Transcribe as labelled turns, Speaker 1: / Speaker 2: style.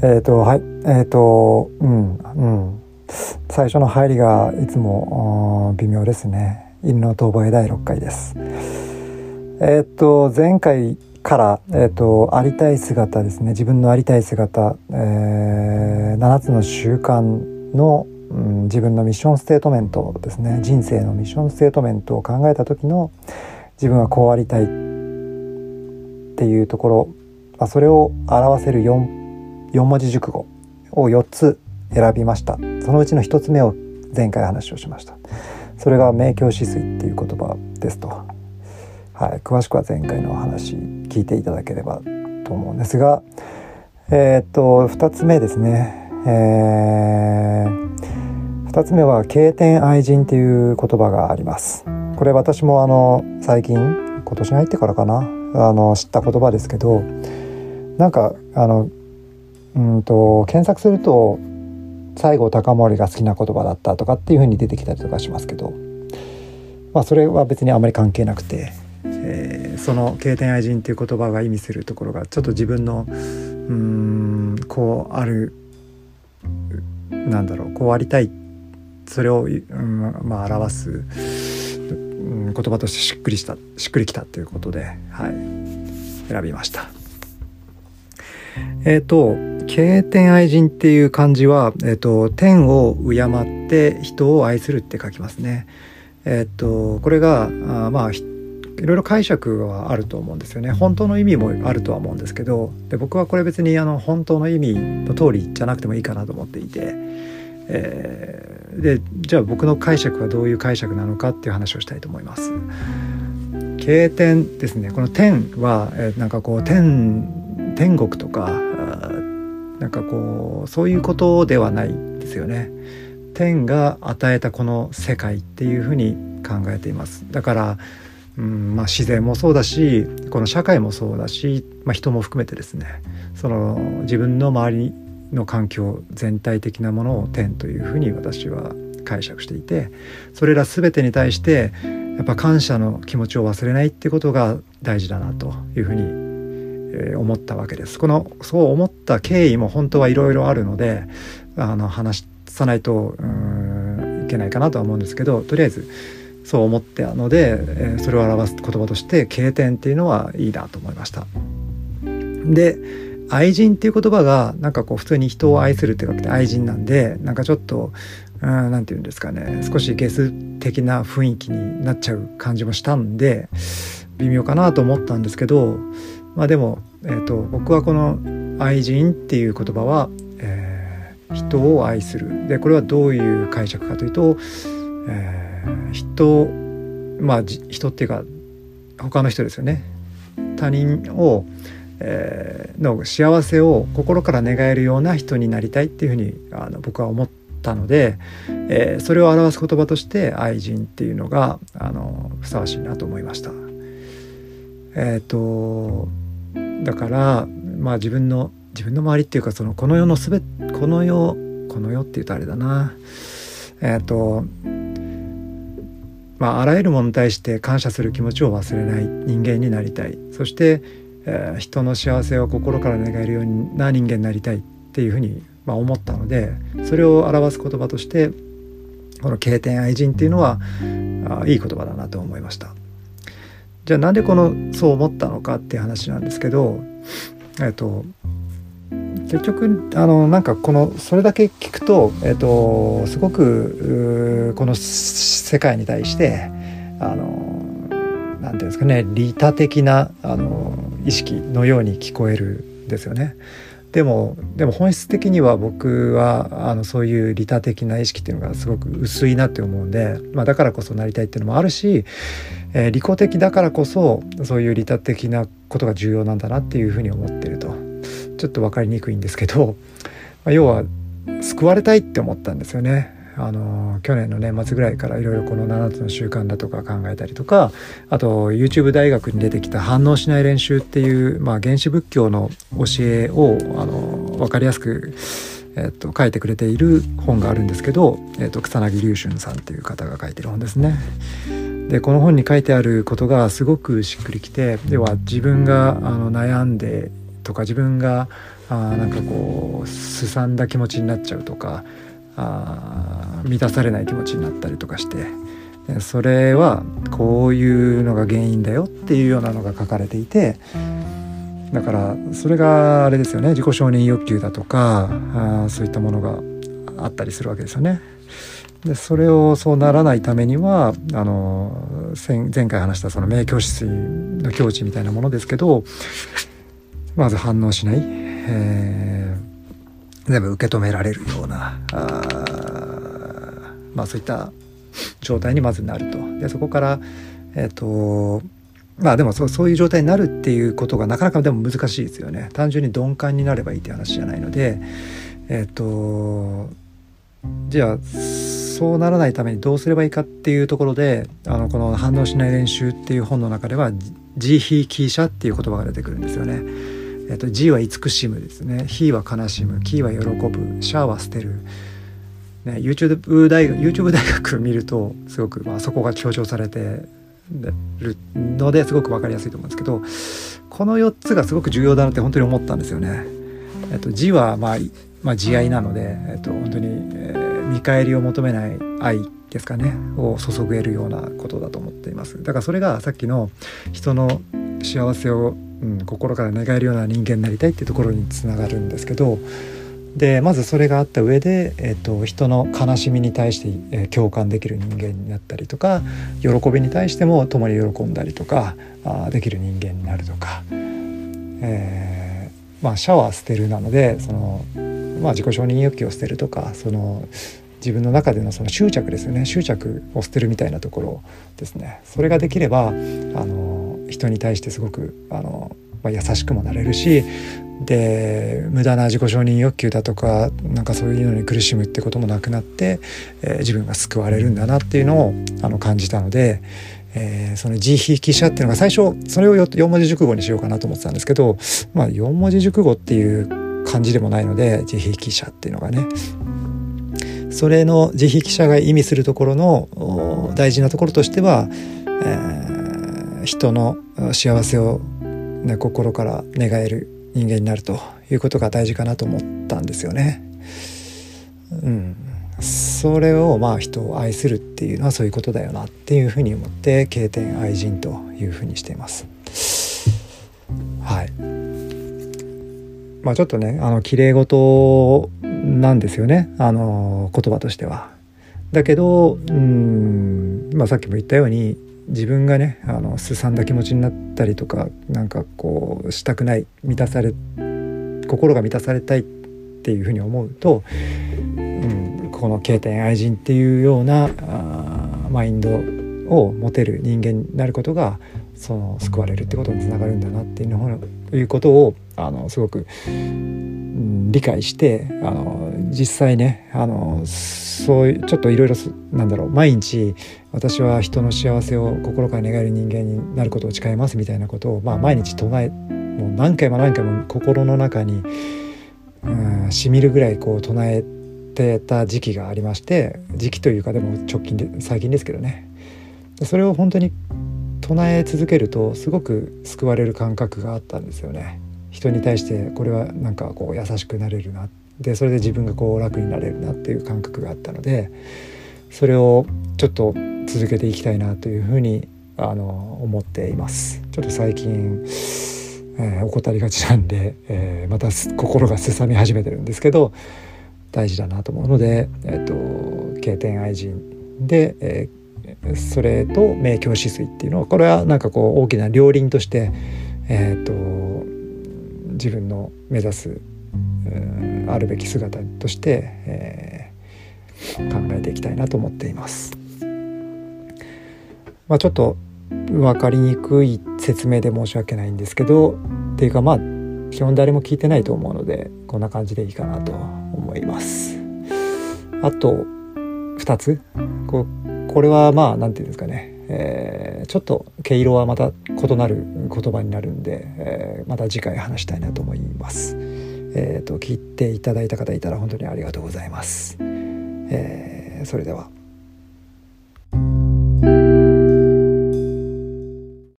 Speaker 1: はい。最初の入りがいつも微妙ですね。犬の遠吠え第6回です。前回から、ありたい姿ですね。自分のありたい姿、7つの習慣の、自分のミッションステートメントですね。人生のミッションステートメントを考えた時の自分はこうありたいっていうところ、それを表せる4文字熟語を4つ選びました。そのうちの1つ目を前回話をしました。それが明鏡止水っていう言葉ですと。はい、詳しくは前回のお話聞いていただければと思うんですが、2つ目ですね。2つ目は経典愛人っていう言葉があります。これ私も最近今年に入ってからかな知った言葉ですけど、なんか検索すると西郷隆盛が好きな言葉だったとかっていう風に出てきたりとかしますけど、それは別にあまり関係なくて、その経典愛人っていう言葉が意味するところがちょっと自分のこうあるこうありたい、それを、表す、言葉としてしっくりきたということで、選びました。経典愛人っていう漢字は、天を敬って人を愛するって書きますね。これがいろいろ解釈はあると思うんですよね。本当の意味もあるとは思うんですけど、で僕はこれ別に本当の意味の通りじゃなくてもいいかなと思っていて、でじゃあ僕の解釈はどういう解釈なのかっていう話をしたいと思います。経典ですね。この天は、天国とかそういうことではないんですよね。天が与えたこの世界っていうふうに考えています。だから自然もそうだし、この社会もそうだし、人も含めてですね、その自分の周りの環境全体的なものを天というふうに私は解釈していて、それら全てに対してやっぱ感謝の気持ちを忘れないっていうことが大事だなというふうに思ったわけです。そう思った経緯も本当はいろいろあるので話さないといけないかなとは思うんですけど、とりあえずそう思ったので、それを表す言葉として経典っていうのはいいなと思いました。で、愛人っていう言葉が普通に人を愛するって書いて愛人なんで、ちょっとなんていうんですかね、少しゲス的な雰囲気になっちゃう感じもしたんで微妙かなと思ったんですけど、でも、僕はこの愛人っていう言葉は、人を愛するで、これはどういう解釈かというと、人っていうか他の人ですよね。他人を、の幸せを心から願えるような人になりたいっていうふうに僕は思ったので、それを表す言葉として愛人っていうのがふさわしいなと思いました。だから自分の周りっていうか、この世っていうとあれだな、あらゆるものに対して感謝する気持ちを忘れない人間になりたい。そして、人の幸せを心から願えるような人間になりたいっていうふうに、思ったので、それを表す言葉としてこの経典愛人っていうのはいい言葉だなと思いました。じゃあなんでそう思ったのかっていう話なんですけど、結局それだけ聞くと、すごくこの世界に対してなんていうんですかね、利他的な意識のように聞こえるんですよね。でも本質的には僕はそういう利他的な意識っていうのがすごく薄いなって思うんで、だからこそなりたいっていうのもあるし、利己的だからこそそういう利他的なことが重要なんだなっていうふうに思ってると。ちょっと分かりにくいんですけど、要は救われたいって思ったんですよね。去年の年末ぐらいからいろいろこの7つの習慣だとか考えたりとか、あと YouTube 大学に出てきた反応しない練習っていう、原始仏教の教えを分かりやすく、書いてくれている本があるんですけど、草薙龍春さんっていう方が書いてる本ですね。でこの本に書いてあることがすごくしっくりきて、要は自分が悩んでとか自分がなんかこうすさんだ気持ちになっちゃうとか満たされない気持ちになったりとかして、それはこういうのが原因だよっていうようなのが書かれていて、だからそれがあれですよね、自己承認欲求だとかそういったものがあったりするわけですよね。でそれをそうならないためには前回話したその明鏡止水の境地みたいなものですけど、まず反応しない、全部受け止められるようなそういった状態にまずなると。でそこからでもそういう状態になるっていうことがなかなかでも難しいですよね。単純に鈍感になればいいっていう話じゃないので、じゃあそうならないためにどうすればいいかっていうところでこの反応しない練習っていう本の中では慈悲喜捨っていう言葉が出てくるんですよね。慈は慈しむですね、悲は悲しむ、喜は喜ぶ、捨は捨てる、ね、YouTube 大学見るとすごくそこが強調されてるのですごく分かりやすいと思うんですけど、この4つがすごく重要だなって本当に思ったんですよね。慈は慈愛なので、本当に、見返りを求めない愛ですかねを注げるようなことだと思っています。だからそれがさっきの人の幸せを、心から願えるような人間になりたいっていうところにつながるんですけど、でまずそれがあった上で、人の悲しみに対して、共感できる人間になったりとか、喜びに対しても共に喜んだりとかできる人間になるとか、捨は捨てるなので自己承認欲求を捨てるとか、自分の中でのその執着ですよね、執着を捨てるみたいなところですね。それができれば人に対してすごく優しくもなれるし、で無駄な自己承認欲求だとかなんかそういうのに苦しむってこともなくなって、自分が救われるんだなっていうのを感じたので、その慈悲喜捨っていうのが最初それを4文字熟語にしようかなと思ってたんですけど、4文字熟語っていう感じでもないので慈悲喜捨っていうのがね、それの慈悲喜捨が意味するところの大事なところとしては、人の幸せを、心から願える人間になるということが大事かなと思ったんですよね。それを人を愛するっていうのはそういうことだよなっていうふうに思って経典愛人というふうにしています。はい。ちょっとね綺麗事なんですよね、言葉としては。だけどさっきも言ったように自分がねすさんだ気持ちになったりとかなんかこうしたくない、心が満たされたいっていうふうに思うと、この経典愛人っていうようなマインドを持てる人間になることが救われるってことにつながるんだなっていうことをすごく、理解して実際ねそういうちょっといろいろ毎日私は人の幸せを心から願える人間になることを誓いますみたいなことを、毎日もう何回も心の中にしみるぐらいこう唱えてた時期がありまして、時期というかでも最近ですけどね、それを本当に唱え続けるとすごく救われる感覚があったんですよね。人に対してこれはなんかこう優しくなれるな、でそれで自分がこう楽になれるなっていう感覚があったので、それをちょっと続けていきたいなというふうに思っています。ちょっと最近、怠りがちなんで、また心がすさみ始めてるんですけど、大事だなと思うので、経典愛人で、それと明鏡止水っていうのはこれはなんかこう大きな両輪として、自分の目指すあるべき姿として、考えていきたいなと思っています。ちょっと分かりにくい説明で申し訳ないんですけど、っていうか基本誰も聞いてないと思うのでこんな感じでいいかなと思います。あと2つこれはなんていうんですかね、ちょっと毛色はまた異なる言葉になるんで、また次回話したいなと思います。聞いていただいた方いたら本当にありがとうございます。それでは。